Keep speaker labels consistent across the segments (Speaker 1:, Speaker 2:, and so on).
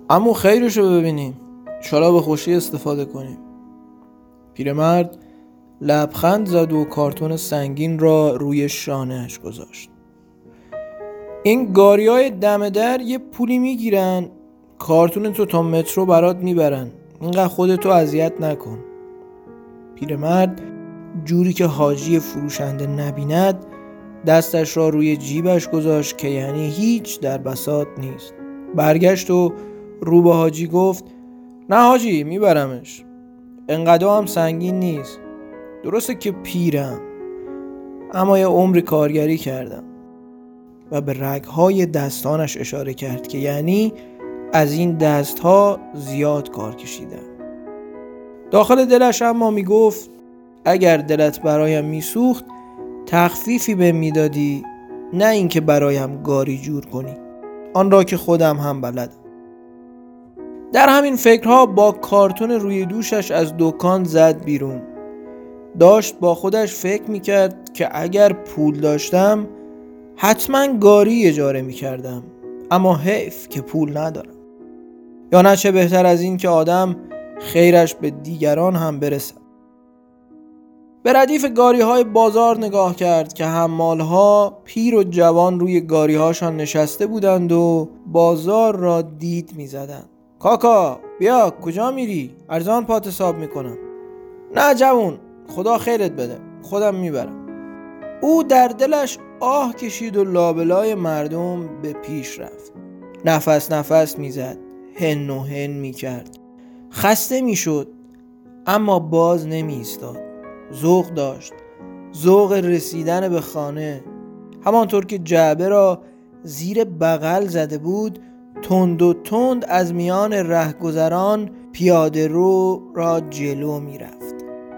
Speaker 1: عمو خیرشو ببینیم، انشالله به خوشی استفاده کنیم. پیرمرد لبخند زد و کارتون سنگین را روی شانه‌اش گذاشت. این گاریای دم در یه پولی میگیرن، کارتون تو تا مترو برات میبرن، اینقدر خودتو اذیت نکن. پیرمرد جوری که حاجی فروشنده نبیند دستش را روی جیبش گذاشت که یعنی هیچ در بساط نیست. برگشت و رو به حاجی گفت نه حاجی، میبرمش، انقدر هم سنگین نیست. درسته که پیرم، اما یه عمری کارگری کردم. و به رگهای دستانش اشاره کرد که یعنی از این دستها زیاد کار کشیدم. داخل دلش اما میگفت اگر دلت برایم میسوخت تخفیفی به میدادی، نه اینکه برایم گاری جور کنی، آن را که خودم هم بلدم. در همین فکرها با کارتون روی دوشش از دکان زد بیرون. داشت با خودش فکر میکرد که اگر پول داشتم حتما گاری اجاره میکردم، اما حیف که پول ندارم. یا نه چه بهتر از این که آدم خیرش به دیگران هم برسد. به ردیف گاری های بازار نگاه کرد که حمالها پیر و جوان روی گاری هاشان نشسته بودند و بازار را دید می زدند. کاکا بیا، کجا میری؟ ارزان پات حساب میکنم. نه جوان، خدا خیرت بده، خودم میبرم. او در دلش آه کشید و لابلای مردم به پیش رفت. نفس نفس میزد، هن و هن میکرد. خسته میشد اما باز نمی ایستاد. ذوق داشت، ذوق رسیدن به خانه. همانطور که جعبه را زیر بغل زده بود، تند و تند از میان رهگذران پیاده رو را جلو می رفت.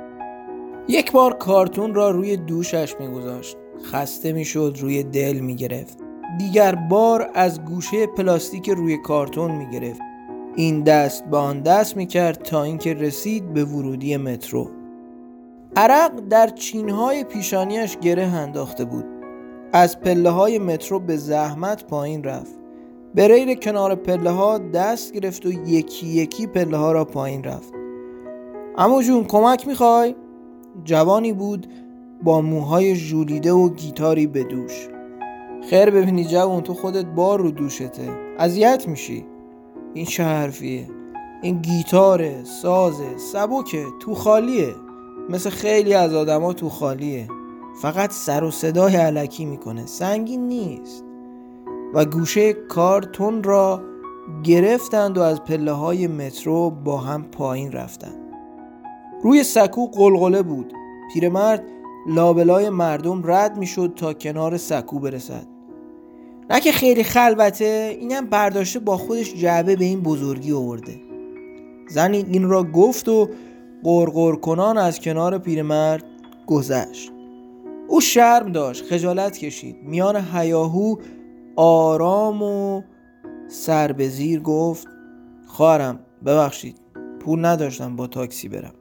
Speaker 1: یک بار کارتون را روی دوشش می گذاشت. خسته می شد، روی دل می گرفت. دیگر بار از گوشه پلاستیک روی کارتون می گرفت. این دست به آن دست می کرد تا اینکه رسید به ورودی مترو. عرق در چینهای پیشانیش گره انداخته بود. از پله های مترو به زحمت پایین رفت. بریر کنار پله ها دست گرفت و یکی یکی پله ها را پایین رفت. عمو جون کمک میخوای؟ جوانی بود با موهای ژولیده و گیتاری به دوش. خیر ببینی جوان، تو خودت بار رو دوشته، اذیت میشی. این چه حرفیه؟ این گیتاره، سازه، سبکه، تو خالیه، مثل خیلی از آدما تو خالیه، فقط سر و صدای الکی میکنه، سنگین نیست. و گوشه کارتون را گرفتند و از پله های مترو با هم پایین رفتند. روی سکو قلقله بود. پیرمرد لابلای مردم رد میشد تا کنار سکو برسد. نه که خیلی خلوته، اینم برداشته با خودش جعبه به این بزرگی آورده. زنی این را گفت و قرقر کنان از کنار پیرمرد گذشت. او شرم داشت، خجالت کشید. میان هیاهو آرام و سر به زیر گفت خواهرم ببخشید، پول نداشتم با تاکسی برم.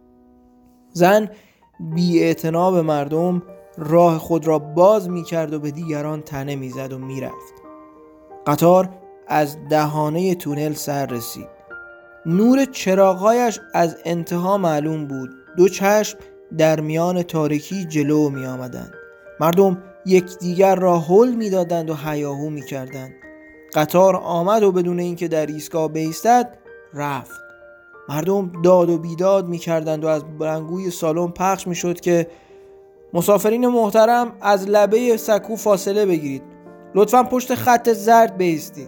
Speaker 1: زن بی‌اعتنا به مردم راه خود را باز می کرد و به دیگران تنه می زد و می رفت. قطار از دهانه تونل سر رسید. نور چراغ‌هایش از انتها معلوم بود. دو چشم در میان تاریکی جلو می آمدند. مردم یکدیگر را هل می دادند و هیاهو می کردند. قطار آمد و بدون اینکه در ایستگاه بایستد رفت. مردم داد و بیداد می کردند و از بلندگوی سالن پخش می شد که مسافرین محترم از لبه سکو فاصله بگیرید، لطفاً پشت خط زرد بایستید.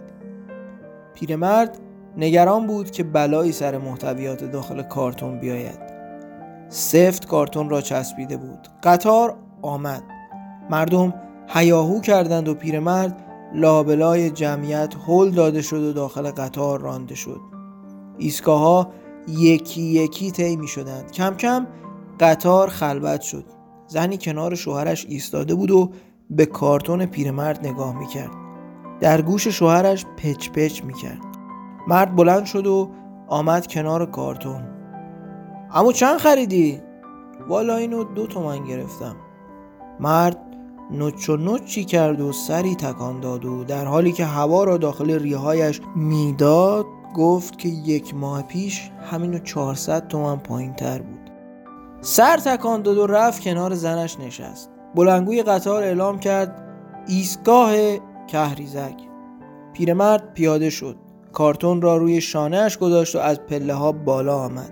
Speaker 1: پیرمرد نگران بود که بلایی سر محتویات داخل کارتون بیاید. سفت کارتون را چسبیده بود. قطار آمد. مردم هیاهو کردند و پیرمرد لابلای جمعیت هل داده شد و داخل قطار رانده شد. ایستگاه‌ها یکی یکی طی می‌شدند. کم کم قطار خلوت شد. زنی کنار شوهرش ایستاده بود و به کارتون پیرمرد نگاه می‌کرد. در گوش شوهرش پچ پچ می‌کرد. مرد بلند شد و آمد کنار کارتون. عمو چند خریدی؟ والا اینو 2 تومن گرفتم. مرد نوچ و نوچی کرد و سری تکان داد و در حالی که هوا را داخل ریه‌هایش میداد گفت که 1 ماه پیش همینو 400 تومن پایین تر بود. سر تکان داد و رفت کنار زنش نشست. بلندگوی قطار اعلام کرد ایستگاه کهریزک. پیرمرد پیاده شد، کارتون را روی شانه‌اش گذاشت و از پله ها بالا آمد.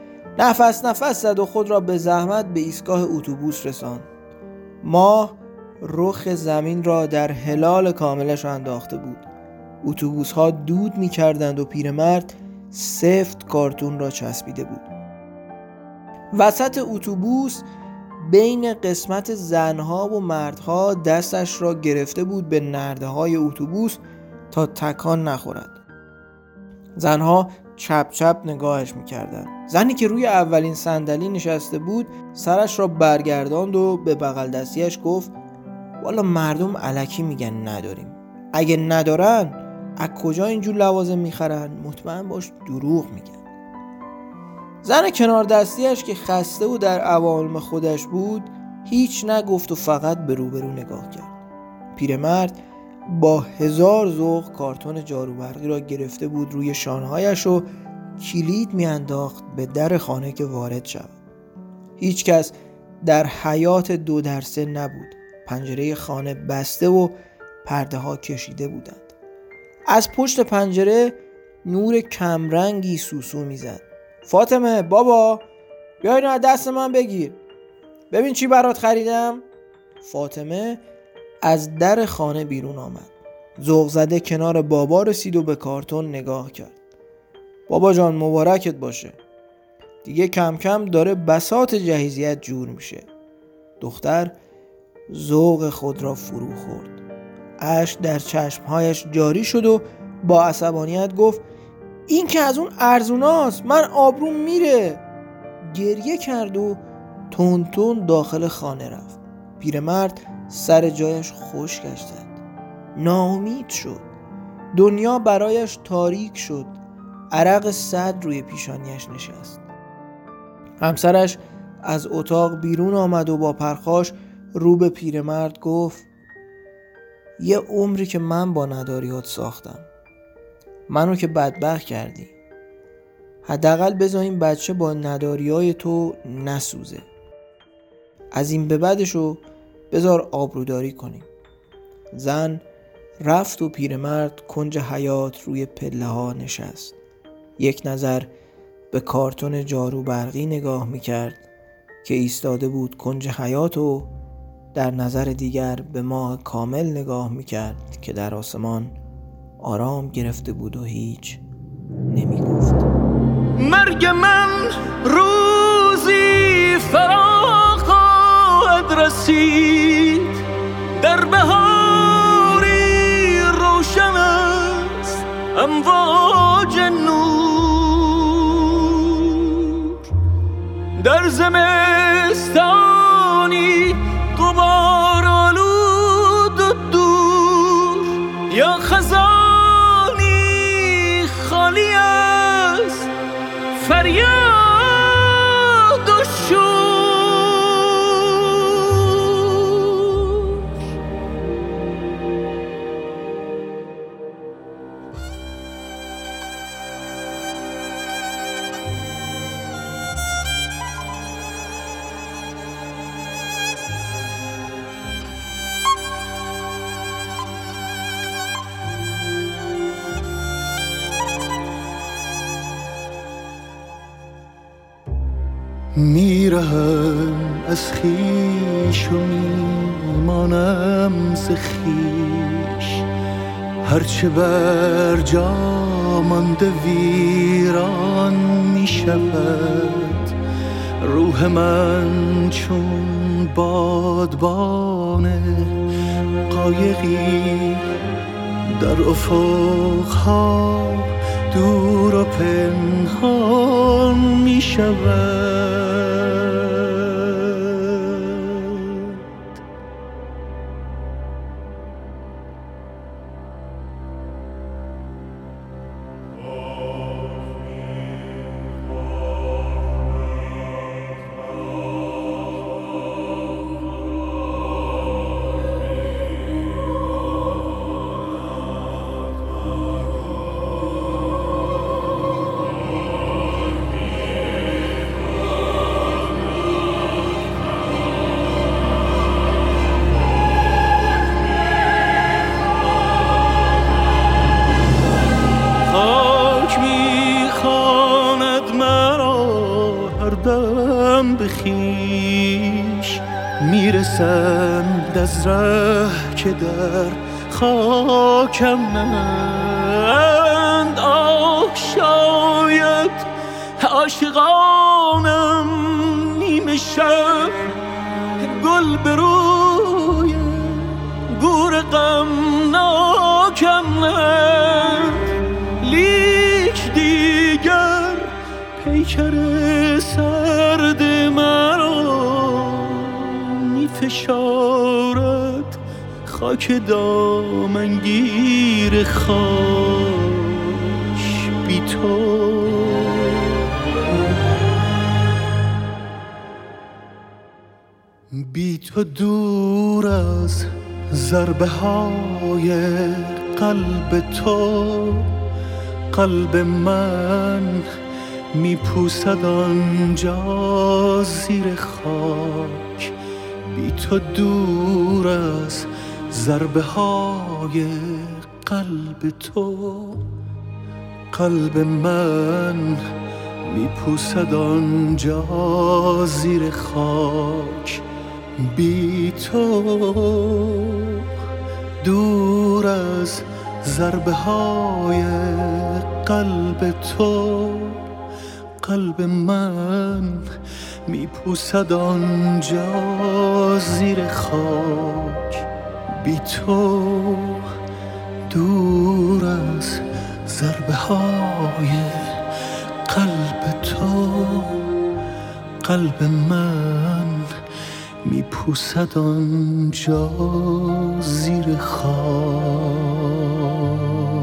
Speaker 1: نفس زد و خود را به زحمت به ایستگاه اتوبوس رساند. ماه رخ زمین را در هلال کاملش انداخته بود. اتوبوس ها دود می کردند و پیرمرد سفت کارتون را چسبیده بود. وسط اتوبوس بین قسمت زنها و مردها دستش را گرفته بود به نرده های اتوبوس تا تکان نخورد. زنها چپ چپ نگاهش میکردند. زنی که روی اولین صندلی نشسته بود سرش را برگرداند و به بغل دستیش گفت والا مردم الکی میگن نداریم، اگه ندارن از کجا اینجور لوازم میخرن؟ مطمئن باش دروغ میگن. زن کنار دستیش که خسته و در عوالم خودش بود هیچ نگفت و فقط به روبرو نگاه کرد. پیرمرد با 1000 ذوق کارتون جاروبرقی را گرفته بود روی شانه‌هایش و کلید میانداخت به در خانه که وارد شود. هیچ کس در حیات 2 در 3 نبود. پنجره خانه بسته و پرده ها کشیده بودند. از پشت پنجره نور کمرنگی سوسو میزد. فاطمه بابا بیا اینو از دست من بگیر، ببین چی برات خریدم. فاطمه از در خانه بیرون آمد. ذوق زده کنار بابا رسید و به کارتون نگاه کرد. بابا جان مبارکت باشه، دیگه کم کم داره بساط جهیزیت جور میشه. دختر ذوق خود را فرو خورد. اشک در چشمهایش جاری شد و با عصبانیت گفت این که از اون ارزوناست، من آبروم میره. گریه کرد و تون داخل خانه رفت. پیرمرد سر جایش خشکش زد. ناامید شد. دنیا برایش تاریک شد. عرق صدر روی پیشانیش نشست. همسرش از اتاق بیرون آمد و با پرخاش رو به پیرمرد گفت یه عمری که من با نداریات ساختم، منو که بدبخت کردی. حداقل بذار این بچه با نداریای تو نسوزه. از این به بعدشو بذار آبروداری کنیم. زن رفت و پیرمرد کنج حیاط روی پله ها نشست. یک نظر به کارتون جاروبرقی نگاه میکرد که ایستاده بود کنج حیاط و در نظر دیگر به ماه کامل نگاه میکرد که در آسمان آرام گرفته بود و هیچ نمیگفت.
Speaker 2: مرگ من روزی فرا خواهد رسید، در بهاری روشن است امواج نور، در زمستانی غبار آلود و دور، یا خزانی خالی است فریاد و شور. میرهم از خویش و میمانم ز خویش، هرچه بر جا مانده ویران میشود. روح من چون بادبان قایقی در افقها دور و پنهان می شود. آدم به خویش میرسند از ره که در خاکمند. آه شاید عاشقانم نیمه شب گل به روی گور غمناکمند، لیک دیگر پیکر سرد مرا میفشارد خاک دامنگیر خاک بی تو. بی تو دور از ضربه های قلب تو، قلب من میپوسد آنجا زیر خاک. بی تو دور از ضربه های قلب تو، قلب من میپوسد آنجا زیر خاک. بی تو دور از ضربه های قلب تو، قلب من میپوسد آنجا زیر خاک. بی تو دور از ضربه های قلب تو، قلب من میپوسد آنجا زیر خاک.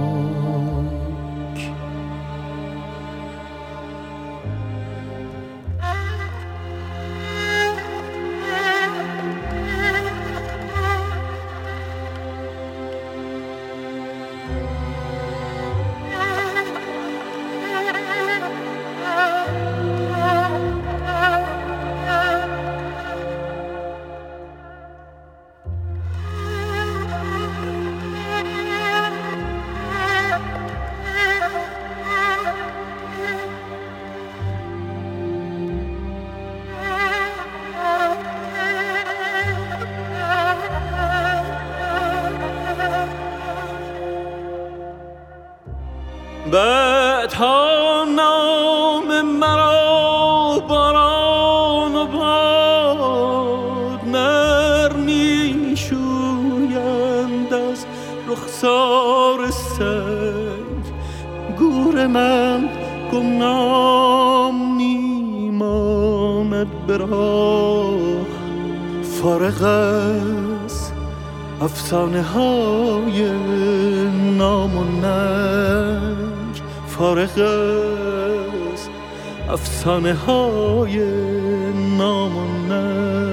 Speaker 2: بعدها نام مرا باران و باد نرمی شویند از رخسار سنگ. گور من گمنام نیماند به راه، فارغ از افسانه های نام و ننگ، فارغ از افسانه های نام و ننگ.